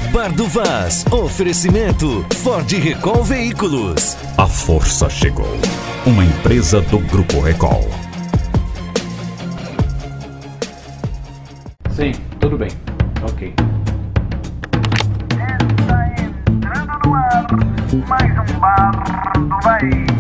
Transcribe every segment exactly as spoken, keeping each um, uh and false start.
Bar do Vaz. Oferecimento Ford Recall Veículos. A força chegou. Uma empresa do Grupo Recall. Sim, tudo bem. Ok. Está entrando no ar mais um Bar do Vaz.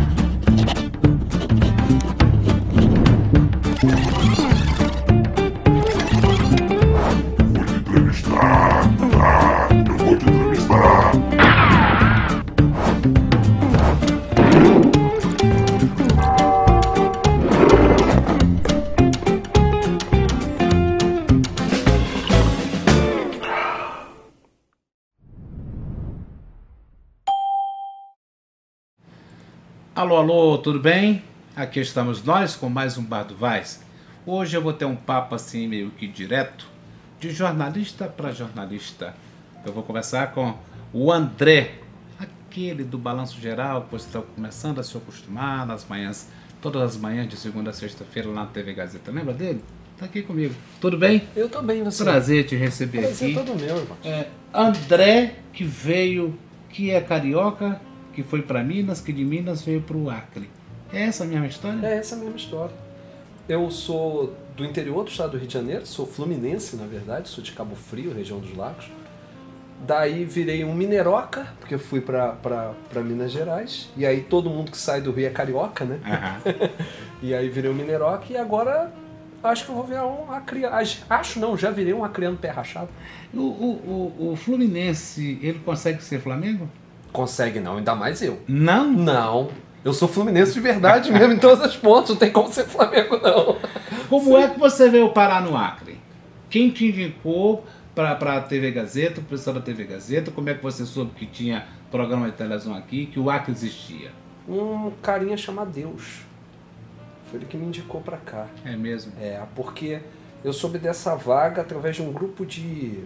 Alô, alô, tudo bem? Aqui estamos nós com mais um Bar do Vaz. Hoje eu vou ter um papo assim meio que direto, de jornalista para jornalista. Eu vou conversar com o André, aquele do Balanço Geral, que você está começando a se acostumar nas manhãs, todas as manhãs de segunda a sexta-feira lá na T V Gazeta. Lembra dele? Tá aqui comigo. Tudo bem? Eu tô bem, você. Prazer te receber Prazer aqui. todo meu, irmão. É, André, que veio, que é carioca, que foi para Minas, que de Minas veio para o Acre. É essa a mesma história? É essa mesma história. Eu sou do interior do estado do Rio de Janeiro, sou fluminense, na verdade, sou de Cabo Frio, região dos Lagos. Daí virei um mineroca, porque eu fui para Minas Gerais. E aí todo mundo que sai do Rio é carioca, né? Uhum. E aí virei um mineroca e agora acho que eu vou virar um acriano. Acho não, já virei um acriano pé rachado. O, o, o, o Fluminense, ele consegue ser Flamengo? Consegue não, ainda mais eu. Não? Não. Eu sou fluminense de verdade mesmo, em todas as pontas, não tem como ser Flamengo, não. Como é que você veio parar no Acre? Quem te indicou para a T V Gazeta, o pessoal da T V Gazeta? Como é que você soube que tinha programa de televisão aqui, que o Acre existia? Um carinha chamado Deus. Foi ele que me indicou para cá. É mesmo? É, porque eu soube dessa vaga através de um grupo de...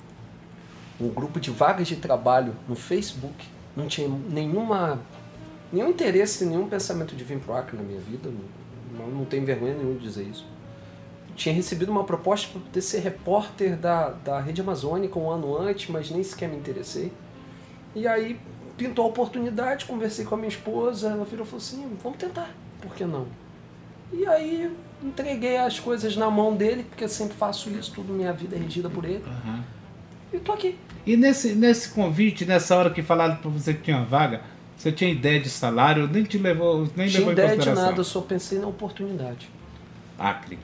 um grupo de vagas de trabalho no Facebook. Não tinha nenhuma... nenhum interesse, nenhum pensamento de vir pro Acre na minha vida, não, não tenho vergonha nenhuma de dizer isso. Tinha recebido uma proposta para poder ser repórter da, da Rede Amazônica um ano antes, mas nem sequer me interessei. E aí pintou a oportunidade, conversei com a minha esposa, ela virou e falou assim, vamos tentar, por que não? E aí entreguei as coisas na mão dele, porque eu sempre faço isso, tudo minha vida é regida por ele. Uhum. E tô aqui. E nesse, nesse convite, nessa hora que falaram para você que tinha vaga, você tinha ideia de salário, nem te levou, nem Tinha levou em ideia de consideração? nada, eu só pensei na oportunidade. Acre.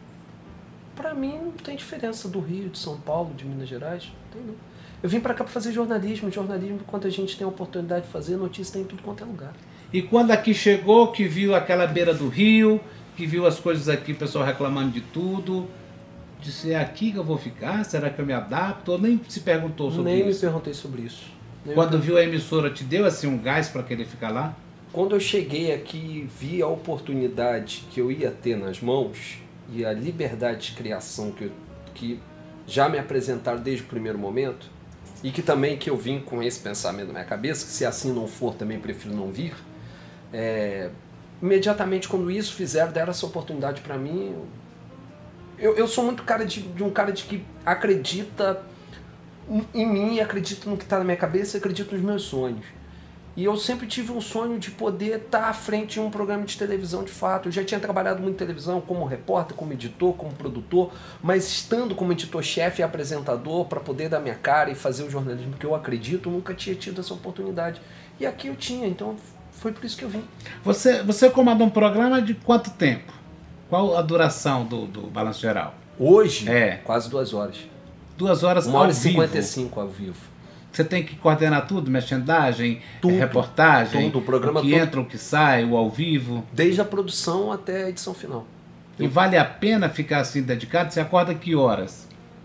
Pra mim não tem diferença do Rio, de São Paulo, de Minas Gerais, não tem não. Eu vim pra cá pra fazer jornalismo, jornalismo quando a gente tem a oportunidade de fazer, notícia tem em tudo quanto é lugar. E quando aqui chegou, que viu aquela beira do rio, que viu as coisas aqui, o pessoal reclamando de tudo, disse, é aqui que eu vou ficar? Será que eu me adapto? Ou nem se perguntou sobre Nem isso? me perguntei sobre isso. Nem Quando me... viu a emissora, te deu assim um gás para querer ficar lá? Quando eu cheguei aqui e vi a oportunidade que eu ia ter nas mãos e a liberdade de criação que, eu, que já me apresentaram desde o primeiro momento e que também que eu vim com esse pensamento na minha cabeça, que se assim não for também prefiro não vir, é, imediatamente quando isso fizeram, deram essa oportunidade para mim, eu, eu sou muito cara de, de um cara de que acredita em mim, acredito no que está na minha cabeça, acredito nos meus sonhos. E eu sempre tive um sonho de poder estar à frente de um programa de televisão de fato. Eu já tinha trabalhado muito em televisão como repórter, como editor, como produtor, mas estando como editor-chefe e apresentador para poder dar minha cara e fazer o jornalismo que eu acredito, eu nunca tinha tido essa oportunidade. E aqui eu tinha, então foi por isso que eu vim. Você, você comanda um programa de quanto tempo? Qual a duração do, do Balanço Geral? Hoje, É. quase duas horas. Duas horas Uma hora ao e vivo. cinquenta e cinco ao vivo. Você tem que coordenar tudo, merchandising, Tudo, reportagem, tudo, o programa que todo. entra, o que sai, o ao vivo. Desde a produção até a edição final. E vale a pena ficar assim dedicado? Você acorda que horas?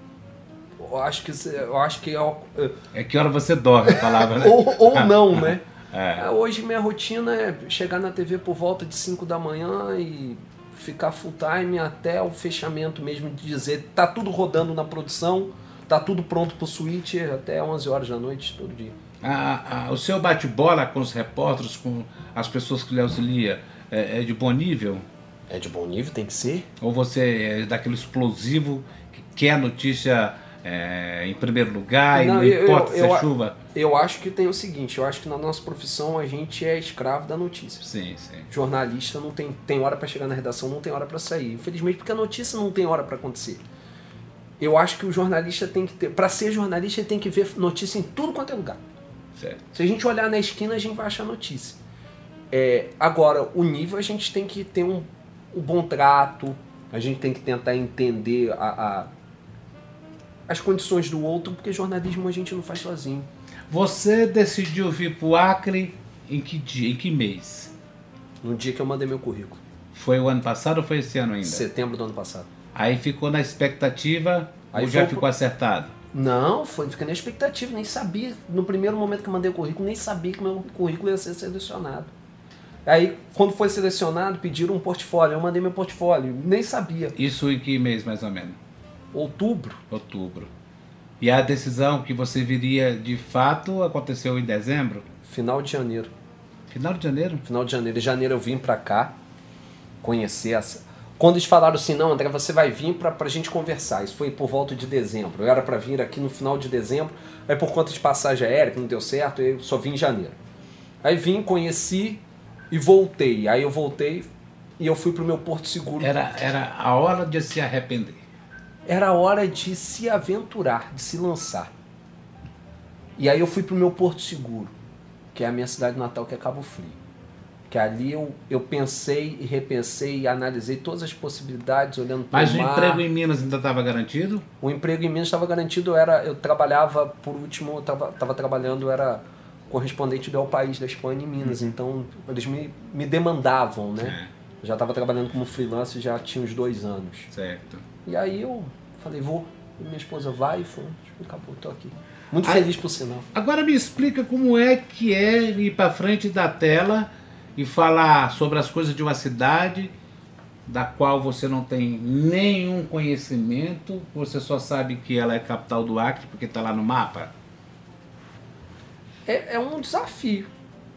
Eu acho que... Eu acho que eu, É que hora você dorme, a palavra, né? ou, ou não, né? É. Hoje minha rotina é chegar na T V por volta de cinco da manhã e ficar full time até o fechamento mesmo, de dizer tá tudo rodando na produção, tá tudo pronto pro switch até onze horas da noite, todo dia. Ah, ah, o seu bate-bola com os repórteres, com as pessoas que lhe auxiliam, é, é de bom nível? É de bom nível, tem que ser. Ou você é daquele explosivo que quer notícia é, em primeiro lugar, Não, e eu- não importa eu- se é eu- chuva? Eu acho que tem o seguinte, eu acho que na nossa profissão a gente é escravo da notícia. Sim, sim. Jornalista não tem, tem hora para chegar na redação, não tem hora para sair. Infelizmente, porque a notícia não tem hora para acontecer. Eu acho que o jornalista tem que ter, para ser jornalista, ele tem que ver notícia em tudo quanto é lugar. Certo. Se a gente olhar na esquina, a gente vai achar notícia. É, agora, o nível a gente tem que ter um, um bom trato, a gente tem que tentar entender a, a- as condições do outro, porque jornalismo a gente não faz sozinho. Você decidiu vir para o Acre em que dia, em que mês? No dia que eu mandei meu currículo, Foi o ano passado ou foi esse ano ainda? setembro do ano passado. Aí ficou na expectativa Aí ou já foi ficou pro- acertado? Não, foi, fiquei na expectativa, nem sabia. No primeiro momento que eu mandei o currículo, nem sabia que meu currículo ia ser selecionado. Aí, quando foi selecionado, pediram um portfólio. Eu mandei meu portfólio, nem sabia. Isso em que mês mais ou menos? Outubro, Outubro. E a decisão que você viria de fato aconteceu em dezembro? final de janeiro. Final de janeiro? Final de janeiro. Em janeiro eu vim pra cá conhecer essa. Quando eles falaram assim, não, André, você vai vir pra, pra gente conversar. Isso foi por volta de dezembro. Eu era pra vir aqui no final de dezembro. Aí por conta de passagem aérea, que não deu certo, eu só vim em janeiro. Aí vim, conheci e voltei. Aí eu voltei e eu fui pro meu porto seguro. Era, era a hora de se arrepender. Era a hora de se aventurar, de se lançar. E aí eu fui pro meu porto seguro, que é a minha cidade natal, que é Cabo Frio. Que ali eu, eu pensei e repensei e analisei todas as possibilidades, olhando para Mas o o mar. emprego em Minas ainda estava garantido? O emprego em Minas estava garantido, eu, era, eu trabalhava, por último, eu estava trabalhando, eu era correspondente do El País da Espanha em Minas, então eles me, me demandavam, né? Eu já estava trabalhando como freelancer já tinha uns dois anos. Certo. E aí eu falei, vou. E minha esposa vai e foi. Acabou, tô aqui. Muito Aí- feliz por sinal. Agora me explica como é que é ir para frente da tela e falar sobre as coisas de uma cidade da qual você não tem nenhum conhecimento, você só sabe que ela é capital do Acre porque está lá no mapa. É, é um desafio.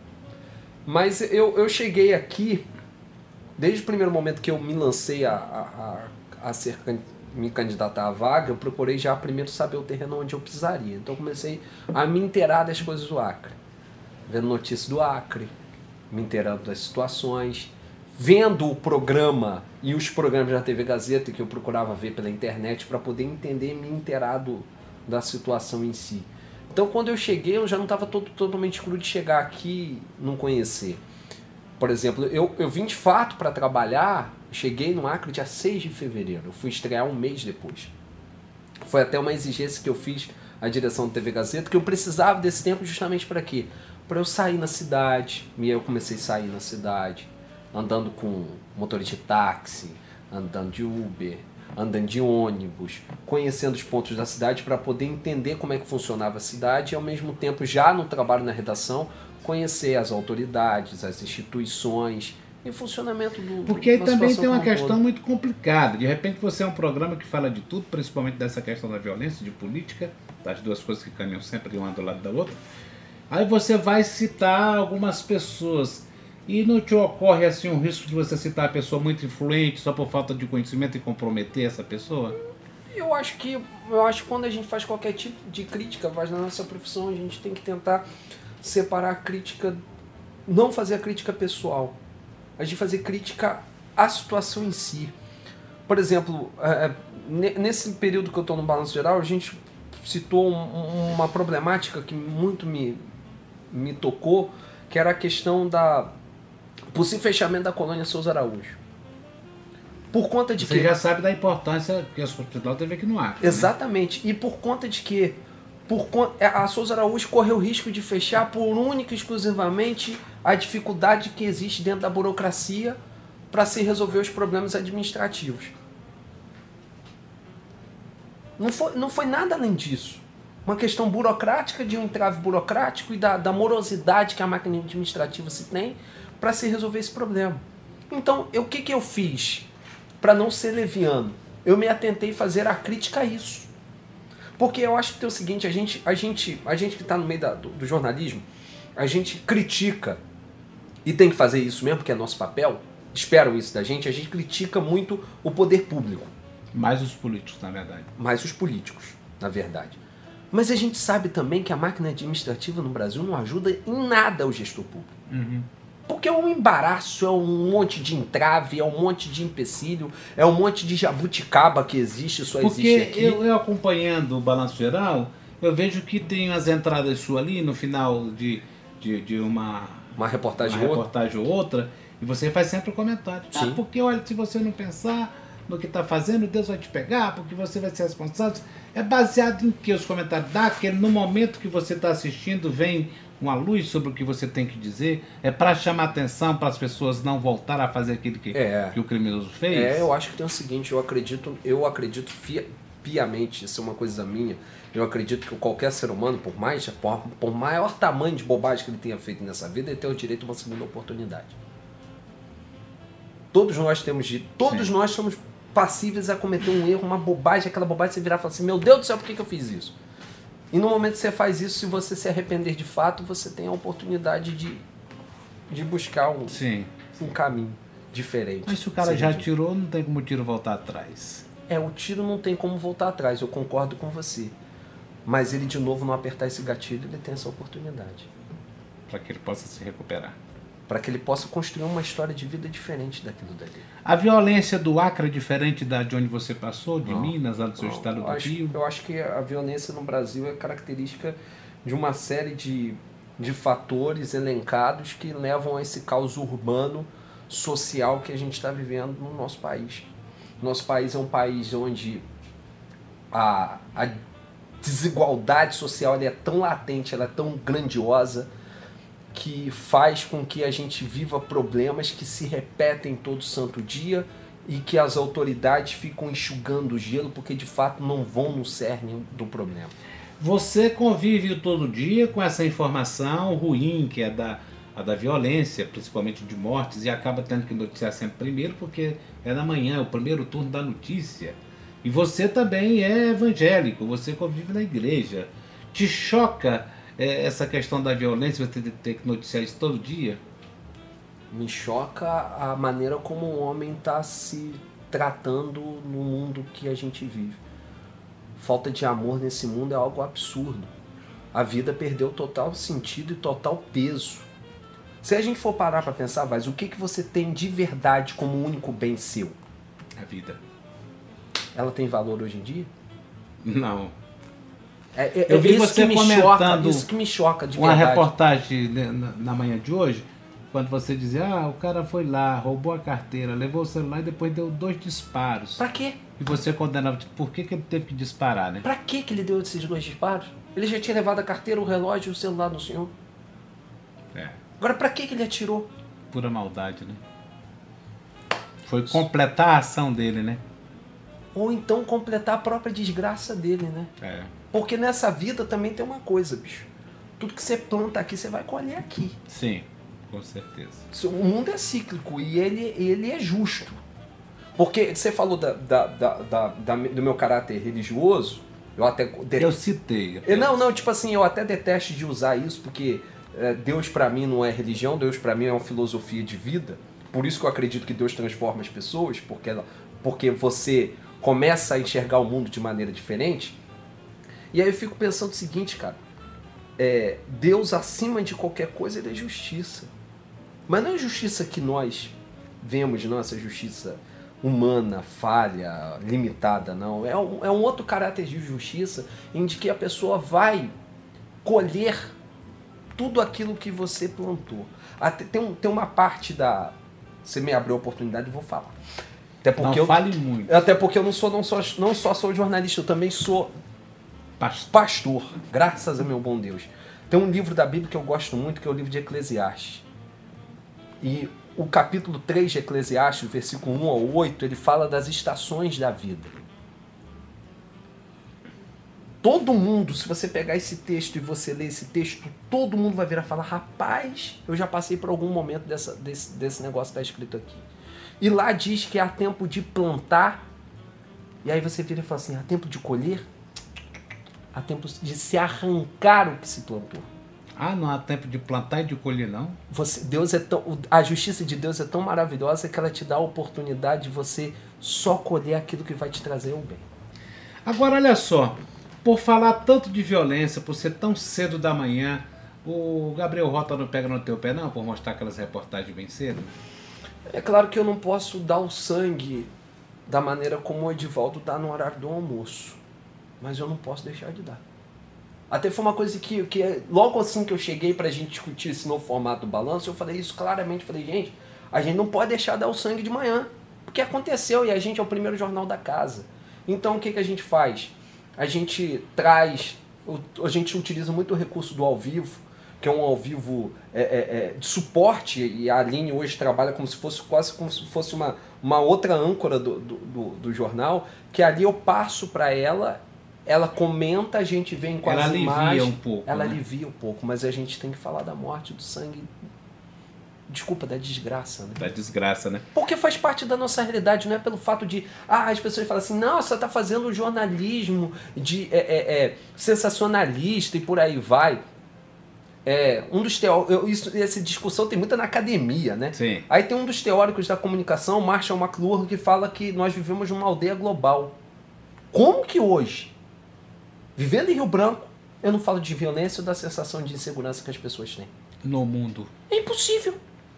Mas eu, eu cheguei aqui, desde o primeiro momento que eu me lancei a, a, a, a ser, can- me candidatar à vaga, eu procurei já primeiro saber o terreno onde eu pisaria. Então eu comecei a me inteirar das coisas do Acre. Vendo notícias do Acre, me inteirando das situações, vendo o programa e os programas da T V Gazeta que eu procurava ver pela internet para poder entender e me inteirar do, da situação em si. Então quando eu cheguei, eu já não estava todo, totalmente cru de chegar aqui e não conhecer. Por exemplo, eu, eu vim de fato para trabalhar, cheguei no Acre dia seis de fevereiro, eu fui estrear um mês depois. Foi até uma exigência que eu fiz à direção da T V Gazeta, que eu precisava desse tempo justamente para quê? Para eu sair na cidade, e aí eu comecei a sair na cidade, andando com motorista de táxi, andando de Uber, andando de ônibus, conhecendo os pontos da cidade para poder entender como é que funcionava a cidade e ao mesmo tempo, já no trabalho na redação, conhecer as autoridades, as instituições e o funcionamento do Porque aí da também situação tem uma como um questão todo. muito complicada. De repente você é um programa que fala de tudo, principalmente dessa questão da violência, de política, das duas coisas que caminham sempre uma do lado da outra. Aí você vai citar algumas pessoas e não te ocorre assim um risco de você citar a pessoa muito influente só por falta de conhecimento e comprometer essa pessoa? Eu acho que eu acho que quando a gente faz qualquer tipo de crítica, faz na nossa profissão, a gente tem que tentar separar a crítica, não fazer a crítica pessoal, a gente fazer crítica à situação em si. Por exemplo, é, ne- nesse período que eu estou no Balanço Geral, a gente citou um- uma problemática que muito me, me tocou, que era a questão da possível fechamento da colônia Souza Araújo. Por conta de Você que já sabe da importância que a hospital teve aqui no Acre. Né? Exatamente. E por conta de que por con- a Souza Araújo correu o risco de fechar por única e exclusivamente a dificuldade que existe dentro da burocracia para se resolver os problemas administrativos. Não foi, não foi nada além disso. Uma questão burocrática, de um entrave burocrático e da, da morosidade que a máquina administrativa se tem para se resolver esse problema. Então, eu- o que, que eu fiz para não ser leviano? Eu me atentei a fazer a crítica a isso. Porque eu acho que tem o seguinte, a gente, a gente, a gente que está no meio da- do, do jornalismo, a gente critica, e tem que fazer isso mesmo, porque é nosso papel, esperam isso da gente, a gente critica muito o poder público, Mais os políticos, na verdade. mais os políticos. na verdade. Mas a gente sabe também que a máquina administrativa no Brasil não ajuda em nada o gestor público. Uhum. Porque é um embaraço, é um monte de entrave, é um monte de empecilho, é um monte de jabuticaba que existe, só Porque existe aqui. eu, eu acompanhando o Balanço Geral, eu vejo que tem as entradas suas ali no final de, de, de uma, Uma reportagem uma ou outra. reportagem ou outra, e você faz sempre o comentário. Ah, Sim. porque olha, se você não pensar no que está fazendo, Deus vai te pegar, porque você vai ser responsável. É baseado em que os comentários dá, que no momento que você está assistindo vem uma luz sobre o que você tem que dizer, é para chamar atenção para as pessoas não voltar a fazer aquilo que, É. que o criminoso fez? É, eu acho que tem o seguinte, eu acredito, eu acredito fia, piamente, isso é uma coisa minha, eu acredito que qualquer ser humano, por mais, por, por maior tamanho de bobagem que ele tenha feito nessa vida, ele tem o direito a uma segunda oportunidade. Todos nós temos de, todos Sim. nós somos passíveis a cometer um erro, uma bobagem, aquela bobagem, você virar e falar assim, meu Deus do céu, por que, que eu fiz isso? E no momento que você faz isso, se você se arrepender de fato, você tem a oportunidade de, de buscar um, Sim. um caminho diferente. Mas se o cara Seja já de- atirou, não tem como o tiro voltar atrás. É, o tiro não tem como voltar atrás, eu concordo com você. Mas ele de novo não apertar esse gatilho, ele tem essa oportunidade. Para que ele possa se recuperar. Para que ele possa construir uma história de vida diferente daquilo dali. A violência do Acre é diferente da de onde você passou, de Não. Minas, lá do seu Não, estado eu do acho, Rio? eu acho que a violência no Brasil é característica de uma série de, de fatores elencados que levam a esse caos urbano, social que a gente está vivendo no nosso país. Nosso país é um país onde a, a desigualdade social ela é tão latente, ela é tão grandiosa, que faz com que a gente viva problemas que se repetem todo santo dia e que as autoridades ficam enxugando o gelo porque de fato não vão no cerne do problema. Você convive todo dia com essa informação ruim, que é da, a da violência, principalmente de mortes, e acaba tendo que noticiar sempre primeiro, porque é na manhã, é o primeiro turno da notícia. E você também é evangélico, você convive na igreja. Te choca é, essa questão da violência, você ter que noticiar isso todo dia? Me choca a maneira como o homem está se tratando no mundo que a gente vive. Falta de amor nesse mundo é algo absurdo. A vida perdeu total sentido e total peso. Se a gente for parar para pensar, Vaz, o que, que você tem de verdade como único bem seu? A vida. Ela tem valor hoje em dia? Não. É, é, Eu vi isso você que me choca, comentando isso que me choca de Uma verdade. reportagem né, na, na manhã de hoje, quando você dizia, ah, o cara foi lá, roubou a carteira, levou o celular e depois deu dois disparos. Pra quê? E você condenava, tipo, por que, que ele teve que disparar, né? Pra quê que ele deu esses dois disparos? Ele já tinha levado a carteira, o relógio e o celular do senhor. É, Agora pra que que ele atirou? pura maldade, né? Foi completar a ação dele, né? Ou então completar a própria desgraça dele, né? É. Porque nessa vida também tem uma coisa, bicho. Tudo que você planta aqui, você vai colher aqui. Sim, com certeza. O mundo é cíclico e ele, ele é justo. Porque você falou da, da, da, da- da- do meu caráter religioso, eu até... Eu citei. Eu- Não, não, tipo assim, eu até detesto de usar isso, porque é, Deus pra mim não é religião, Deus pra mim é uma filosofia de vida. Por isso que eu acredito que Deus transforma as pessoas, porque, ela, porque você começa a enxergar o mundo de maneira diferente. E aí eu fico pensando o seguinte, cara, é, Deus acima de qualquer coisa, ele é justiça. Mas não é justiça que nós vemos, não, essa justiça humana, falha, limitada, não. É um, é um outro caráter de justiça em de que a pessoa vai colher tudo aquilo que você plantou. Até, tem, um, tem uma parte da... Você me abriu a oportunidade, eu vou falar. Até porque Não eu, fale muito. até porque eu não sou, não sou não só sou jornalista, eu também sou Pastor. pastor, graças a meu bom Deus. Tem um livro da Bíblia que eu gosto muito, que é o livro de Eclesiastes. E o capítulo três de Eclesiastes, versículo um ao oito, ele fala das estações da vida. Todo mundo, se você pegar esse texto e você ler esse texto, todo mundo vai virar e falar, rapaz, eu já passei por algum momento dessa, desse, desse negócio que está escrito aqui. E lá diz que há tempo de plantar, e aí você vira e fala assim, há tempo de colher? Há tempo de se arrancar o que se plantou. Ah, não há tempo de plantar e de colher, não? Você, Deus é tão, a justiça de Deus é tão maravilhosa que ela te dá a oportunidade de você só colher aquilo que vai te trazer o bem. Agora, olha só. por falar tanto de violência, por ser tão cedo da manhã, o Gabriel Rota não pega no teu pé não, por mostrar aquelas reportagens bem cedo? É claro que eu não posso dar o sangue da maneira como o Edivaldo dá no horário do almoço, mas eu não posso deixar de dar. Até foi uma coisa que, que logo assim que eu cheguei pra gente discutir esse novo formato do balanço, eu falei isso claramente, falei, gente, a gente não pode deixar de dar o sangue de manhã, porque aconteceu e a gente é o primeiro jornal da casa. Então o que, que a gente faz? A gente traz, a gente utiliza muito o recurso do ao vivo, que é um ao vivo é, é, é, de suporte, e a Aline hoje trabalha como se fosse quase como se fosse uma, uma outra âncora do, do, do, do jornal, que ali eu passo para ela, ela comenta, a gente vem com ela as alivia imagens. um pouco, ela né? alivia um pouco, mas a gente tem que falar da morte, do sangue, desculpa, da desgraça, né? Da desgraça, né? Porque faz parte da nossa realidade, não é pelo fato de, ah, as pessoas falam assim, nossa, tá fazendo jornalismo de é, é, é, sensacionalista e por aí vai. É, um dos teóricos, isso, essa discussão tem muita na academia, né? Sim. Aí tem um dos teóricos da comunicação, Marshall McLuhan, que fala que nós vivemos numa aldeia global. Como que hoje, vivendo em Rio Branco, eu não falo de violência ou da sensação de insegurança que as pessoas têm? No mundo. É impossível.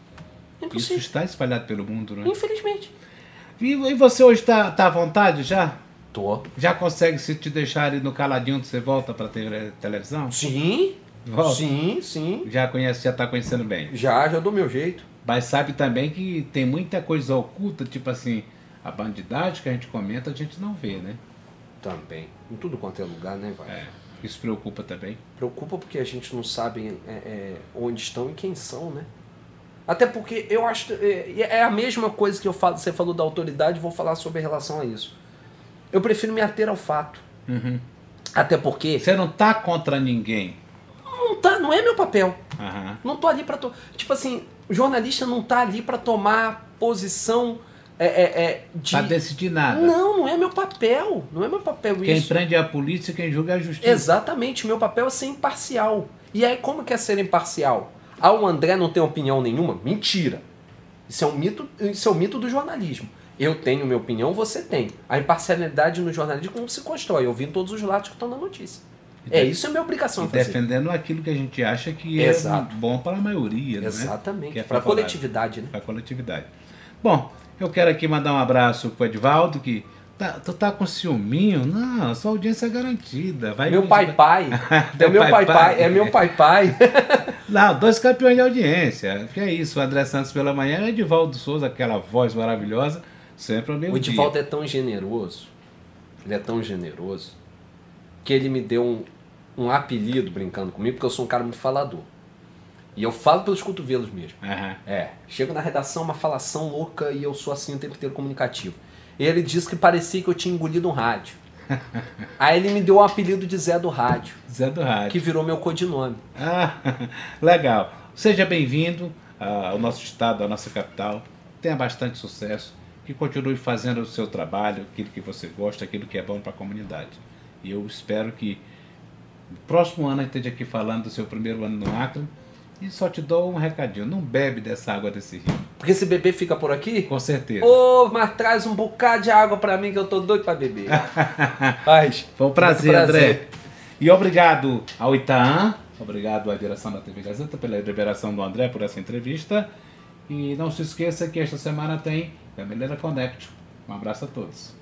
É Isso impossível. está espalhado pelo mundo, né? Infelizmente. E, e você hoje está tá à vontade já? Tô. Já consegue, se te deixarem no caladinho, você volta para ter televisão? Sim. Volta. Sim, sim. Já conhece, já está conhecendo bem. Já, já do meu jeito. Mas sabe também que tem muita coisa oculta, tipo assim, a bandidagem que a gente comenta, a gente não vê, né? Também. Em tudo quanto é lugar, né, vai? É. Isso preocupa também. Preocupa porque a gente não sabe é, é, onde estão e quem são, né? Até porque eu acho... É, é a mesma coisa que eu falo, você falou da autoridade, vou falar sobre relação a isso. Eu prefiro me ater ao fato. Uhum. Até porque... Você não tá contra ninguém. Não, tá, não é meu papel. Uhum. Não tô ali pra... To... Tipo assim, o jornalista não tá ali pra tomar posição é, é, é, de... Pra decidir nada. Não, não é meu papel. Não é meu papel Quem isso. prende é a polícia, quem julga é a justiça. Exatamente, meu papel é ser imparcial. E aí, como que é ser imparcial? Ah, o André não tem opinião nenhuma? Mentira. Isso é um mito, isso é um mito do jornalismo. Eu tenho minha opinião, você tem. A imparcialidade no jornalismo como se constrói, ouvindo todos os lados que estão na notícia. É, isso é minha obrigação E fazer. defendendo aquilo que a gente acha que Exato. é bom para a maioria, né? Exatamente. Que é Para a favorável. coletividade, né? Para a coletividade. Bom, eu quero aqui mandar um abraço pro Edivaldo, que tá, tu tá com ciúminho? Não, sua audiência é garantida. Vai Meu me- pai pai. é Teu meu pai pai, pai. pai. É meu pai pai. Não, dois campeões de audiência. Que é isso, o André Santos pela manhã e o Edivaldo Souza, aquela voz maravilhosa, sempre ao mesmo O Edivaldo dia. é tão generoso. Ele é tão generoso que ele me deu um, um apelido brincando comigo, porque eu sou um cara muito falador. E eu falo pelos cotovelos mesmo. Aham. É, chego na redação, uma falação louca e eu sou assim o tempo inteiro comunicativo. E ele disse que parecia que eu tinha engolido um rádio. Aí ele me deu o apelido de Zé do Rádio, Zé do Rádio. que virou meu codinome. Ah, legal. Seja bem-vindo ao nosso estado, à nossa capital. Tenha bastante sucesso. Que continue fazendo o seu trabalho, aquilo que você gosta, aquilo que é bom para a comunidade. E eu espero que no próximo ano a gente esteja aqui falando do seu primeiro ano no Acre. E só te dou um recadinho. Não bebe dessa água desse rio. Porque esse bebê fica por aqui? Com certeza. Ô, mas traz um bocado de água pra mim que eu tô doido pra beber. Faz. Foi um prazer, Muito prazer. André. E obrigado ao Itaã, obrigado à direção da T V Gazeta pela liberação do André por essa entrevista. E não se esqueça que esta semana tem Gameleira Connect. Um abraço a todos.